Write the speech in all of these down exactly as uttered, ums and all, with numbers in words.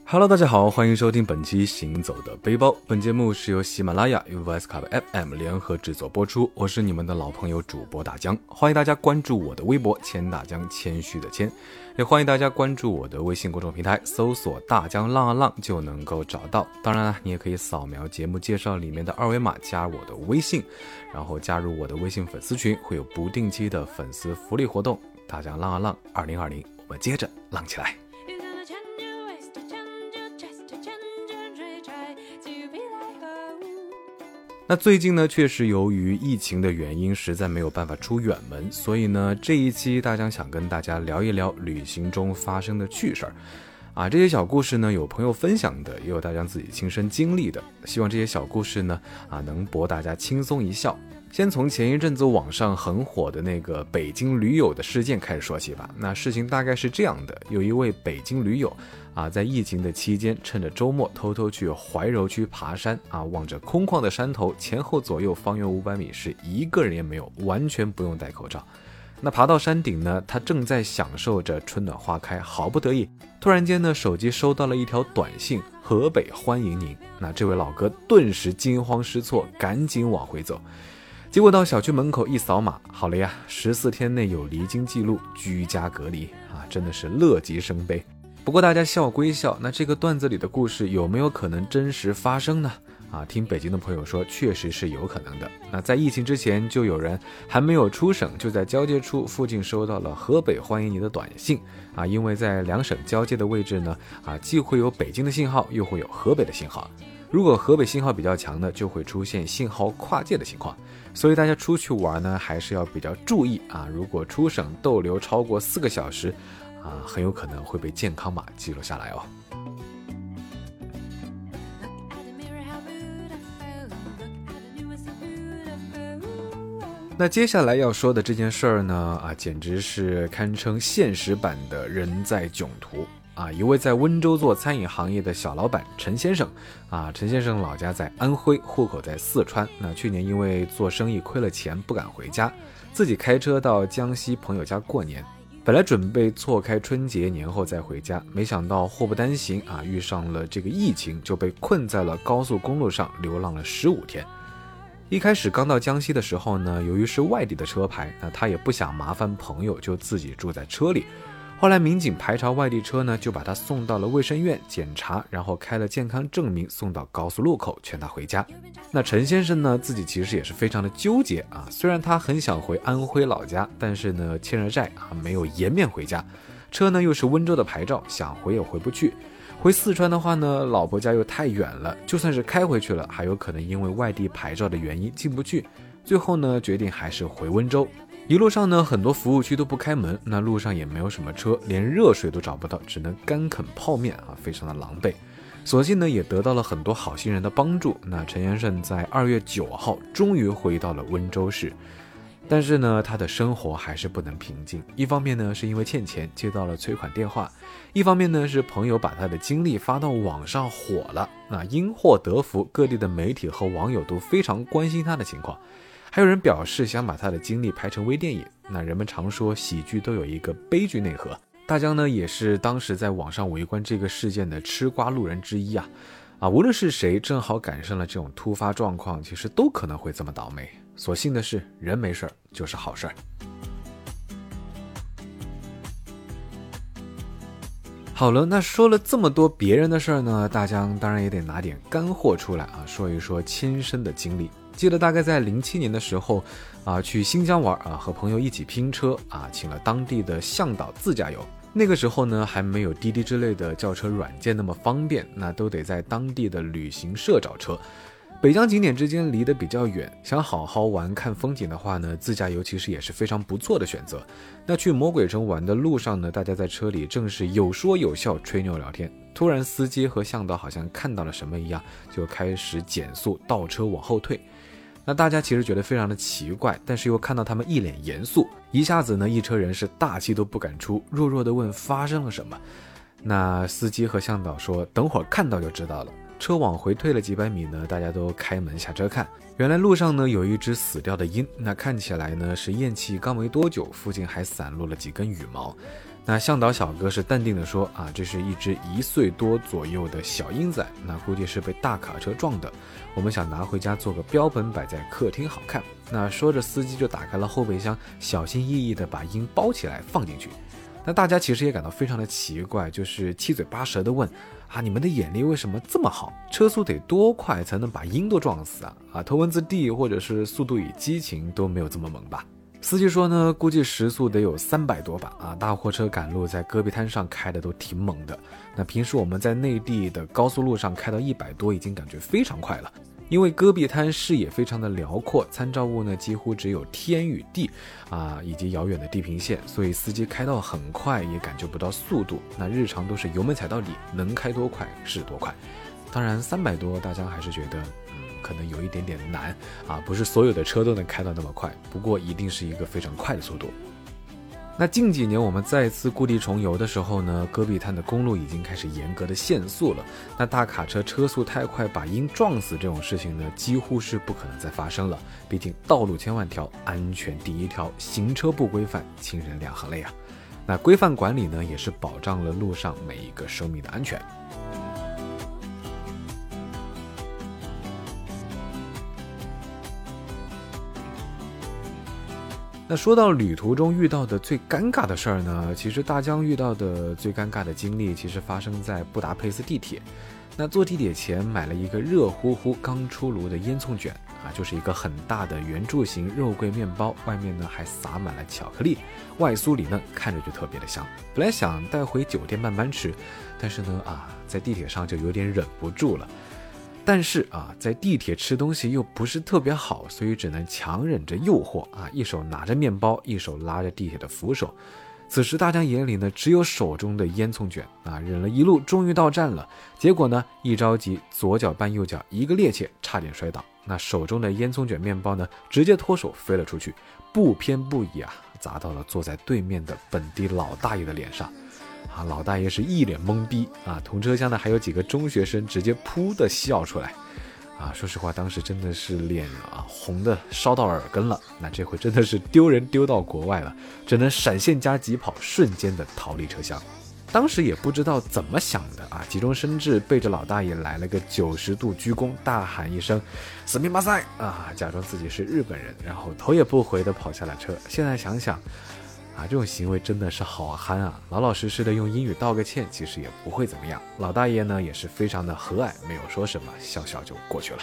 Hello， 大家好，欢迎收听本期行走的背包。本节目是由喜马拉雅与 Voice Club F M 联合制作播出。我是你们的老朋友主播大江，欢迎大家关注我的微博谦大江，谦虚的谦，也欢迎大家关注我的微信公众平台，搜索大江浪啊浪就能够找到。当然了，你也可以扫描节目介绍里面的二维码加我的微信，然后加入我的微信粉丝群，会有不定期的粉丝福利活动。大江浪啊浪二零二零，我们接着浪起来。那最近呢，确实由于疫情的原因，实在没有办法出远门，所以呢，这一期大江想跟大家聊一聊旅行中发生的趣事儿。啊，这些小故事呢，有朋友分享的，也有大家自己亲身经历的。希望这些小故事呢，啊，能博大家轻松一笑。先从前一阵子网上很火的那个北京驴友的事件开始说起吧。那事情大概是这样的，有一位北京驴友啊，在疫情的期间，趁着周末偷偷去怀柔区爬山啊，望着空旷的山头，前后左右方圆五百米是一个人也没有，完全不用戴口罩。那爬到山顶呢，他正在享受着春暖花开，好不得意。突然间呢，手机收到了一条短信：河北欢迎您。那这位老哥顿时惊慌失措，赶紧往回走。结果到小区门口一扫码，好了呀，十四天内有离京记录，居家隔离啊，真的是乐极生悲。不过大家笑归笑，那这个段子里的故事有没有可能真实发生呢？啊，听北京的朋友说，确实是有可能的。那在疫情之前，就有人还没有出省，就在交界处附近收到了河北欢迎你的短信啊，因为在两省交界的位置呢，啊，既会有北京的信号，又会有河北的信号。如果河北信号比较强呢，就会出现信号跨界的情况。所以大家出去玩呢，还是要比较注意啊。如果出省逗留超过四个小时啊，很有可能会被健康码记录下来哦。那接下来要说的这件事儿呢，啊，简直是堪称现实版的人在囧途。啊，一位在温州做餐饮行业的小老板陈先生啊，陈先生老家在安徽，户口在四川。那去年因为做生意亏了钱，不敢回家，自己开车到江西朋友家过年。本来准备错开春节年后再回家，没想到祸不单行啊，遇上了这个疫情，就被困在了高速公路上，流浪了十五天。一开始刚到江西的时候呢，由于是外地的车牌，那他也不想麻烦朋友，就自己住在车里。后来民警排查外地车呢，就把他送到了卫生院检查，然后开了健康证明，送到高速路口劝他回家。那陈先生呢，自己其实也是非常的纠结啊，虽然他很想回安徽老家，但是呢欠着债啊，没有颜面回家。车呢又是温州的牌照，想回也回不去。回四川的话呢，老婆家又太远了，就算是开回去了，还有可能因为外地牌照的原因进不去。最后呢，决定还是回温州。一路上呢，很多服务区都不开门，那路上也没有什么车，连热水都找不到，只能干啃泡面啊，非常的狼狈。所幸呢，也得到了很多好心人的帮助。那陈先生在二月九号终于回到了温州市，但是呢，他的生活还是不能平静。一方面呢，是因为欠钱接到了催款电话；一方面呢，是朋友把他的经历发到网上火了。那因祸得福，各地的媒体和网友都非常关心他的情况。还有人表示想把他的经历拍成微电影。那人们常说喜剧都有一个悲剧内核，大江呢也是当时在网上围观这个事件的吃瓜路人之一啊啊！无论是谁正好赶上了这种突发状况，其实都可能会这么倒霉。所幸的是，人没事就是好事儿。好了，那说了这么多别人的事儿呢，大江当然也得拿点干货出来啊，说一说亲身的经历。记得大概在零七年的时候啊，去新疆玩啊，和朋友一起拼车啊，请了当地的向导自驾游。那个时候呢，还没有滴滴之类的叫车软件那么方便，那都得在当地的旅行社找车。北疆景点之间离得比较远，想好好玩看风景的话呢，自驾游其实也是非常不错的选择。那去魔鬼城玩的路上呢，大家在车里正是有说有笑，吹牛聊天。突然司机和向导好像看到了什么一样，就开始减速倒车往后退。那大家其实觉得非常的奇怪，但是又看到他们一脸严肃，一下子呢，一车人是大气都不敢出，弱弱地问发生了什么。那司机和向导说等会儿看到就知道了。 车往回退了几百米呢，大家都开门下车看，原来路上呢有一只死掉的鹰，那看起来呢是咽气刚没多久，附近还散落了几根羽毛。那向导小哥是淡定的说啊，这是一只一岁多左右的小鹰仔，那估计是被大卡车撞的，我们想拿回家做个标本摆在客厅好看。那说着司机就打开了后备箱，小心翼翼的把鹰包起来放进去。那大家其实也感到非常的奇怪，就是七嘴八舌的问啊，你们的眼力为什么这么好？车速得多快才能把鹰都撞死啊？啊，头文字 D 或者是速度与激情都没有这么猛吧？司机说呢，估计时速得有三百多吧，啊，大货车赶路在戈壁滩上开的都挺猛的。那平时我们在内地的高速路上开到一百多已经感觉非常快了。因为戈壁滩视野非常的辽阔，参照物呢几乎只有天与地啊，以及遥远的地平线，所以司机开到很快也感觉不到速度。那日常都是油门踩到底，能开多快是多快。当然三百多大家还是觉得嗯可能有一点点难啊，不是所有的车都能开到那么快，不过一定是一个非常快的速度。那近几年我们再次故地重游的时候呢，戈壁滩的公路已经开始严格的限速了。那大卡车车速太快把鹰撞死这种事情呢，几乎是不可能再发生了。毕竟道路千万条，安全第一条，行车不规范，亲人两行泪啊。那规范管理呢，也是保障了路上每一个生命的安全。那说到旅途中遇到的最尴尬的事儿呢，其实大江遇到的最尴尬的经历其实发生在布达佩斯地铁。那坐地铁前买了一个热乎乎刚出炉的烟囱卷啊，就是一个很大的圆柱形肉桂面包，外面呢还撒满了巧克力，外酥里嫩，看着就特别的香。本来想带回酒店慢慢吃，但是呢啊，在地铁上就有点忍不住了。但是啊，在地铁吃东西又不是特别好，所以只能强忍着诱惑啊，一手拿着面包，一手拉着地铁的扶手。此时大江眼里呢，只有手中的烟囱卷啊，忍了一路，终于到站了。结果呢，一着急，左脚绊右脚，一个趔趄，差点摔倒。那手中的烟囱卷面包呢，直接脱手飞了出去，不偏不倚啊，砸到了坐在对面的本地老大爷的脸上。啊，老大爷是一脸懵逼啊，同车厢的还有几个中学生直接噗的笑出来啊！说实话，当时真的是脸啊红的烧到耳根了。那这回真的是丢人丢到国外了，只能闪现加急跑，瞬间的逃离车厢。当时也不知道怎么想的啊，急中生智，背着老大爷来了个九十度鞠躬，大喊一声“死命马赛”啊，假装自己是日本人，然后头也不回的跑下了车。现在想想啊，这种行为真的是好憨啊！老老实实的用英语道个歉，其实也不会怎么样。老大爷呢也是非常的和蔼，没有说什么，笑笑就过去了。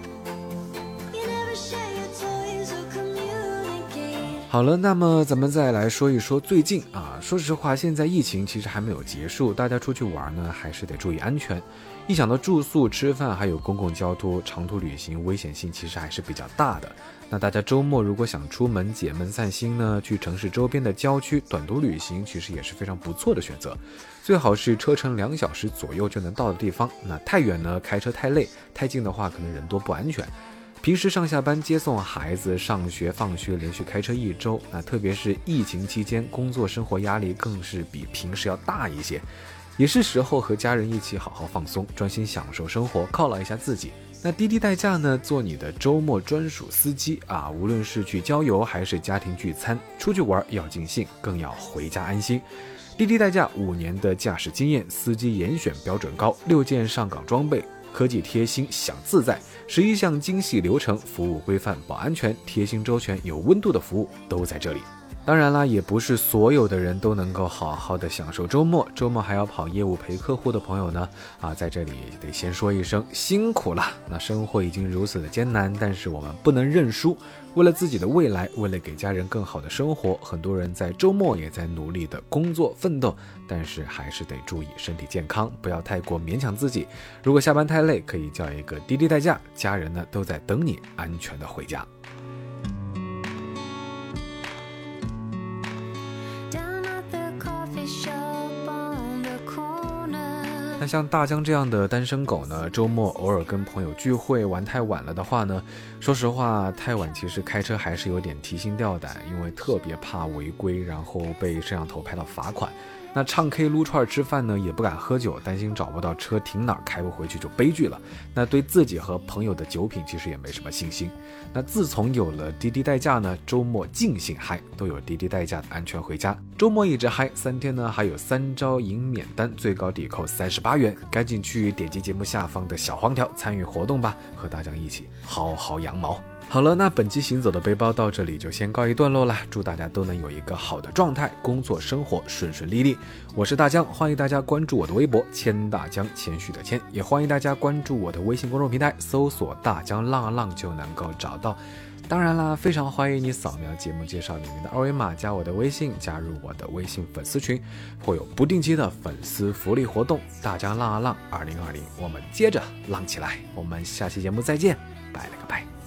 好了，那么咱们再来说一说最近啊，说实话，现在疫情其实还没有结束，大家出去玩呢还是得注意安全。一想到住宿、吃饭还有公共交通，长途旅行危险性其实还是比较大的。那大家周末如果想出门解闷散心呢，去城市周边的郊区短途旅行，其实也是非常不错的选择。最好是车程两小时左右就能到的地方。那太远呢，开车太累；太近的话，可能人多不安全。平时上下班接送孩子上学放学，连续开车一周，那特别是疫情期间，工作生活压力更是比平时要大一些，也是时候和家人一起好好放松，专心享受生活，犒劳一下自己。那滴滴代驾呢，做你的周末专属司机啊，无论是去郊游还是家庭聚餐，出去玩要尽兴，更要回家安心。滴滴代驾五年的驾驶经验，司机严选标准高，六件上岗装备，科技贴心享自在，十一项精细流程，服务规范保安全，贴心周全有温度的服务都在这里。当然啦，也不是所有的人都能够好好的享受周末，周末还要跑业务陪客户的朋友呢，啊，在这里得先说一声辛苦了。那生活已经如此的艰难，但是我们不能认输。为了自己的未来，为了给家人更好的生活，很多人在周末也在努力的工作奋斗，但是还是得注意身体健康，不要太过勉强自己。如果下班太累，可以叫一个滴滴代驾，家人呢都在等你安全的回家。那像大江这样的单身狗呢，周末偶尔跟朋友聚会玩太晚了的话呢，说实话太晚其实开车还是有点提心吊胆，因为特别怕违规然后被摄像头拍到罚款。 那唱 K 撸串吃饭呢也不敢喝酒，担心找不到车停哪儿开不回去就悲剧了。那对自己和朋友的酒品其实也没什么信心。那自从有了滴滴代驾呢，周末尽兴嗨，都有滴滴代驾的安全回家。周末一直嗨，三天呢还有三招赢免单，最高抵扣三十八元，赶紧去点击节目下方的小黄条参与活动吧，和大家一起薅薅羊毛。好了，那本期行走的背包到这里就先告一段落了，祝大家都能有一个好的状态，工作生活顺顺利利。我是大江，欢迎大家关注我的微博谦大江，谦虚的谦，也欢迎大家关注我的微信公众平台，搜索大江浪啊浪就能够找到。当然啦，非常欢迎你扫描节目介绍里面的二维码，加我的微信，加入我的微信粉丝群，会有不定期的粉丝福利活动。大江浪啊浪二零二零，我们接着浪起来，我们下期节目再见，拜了个拜。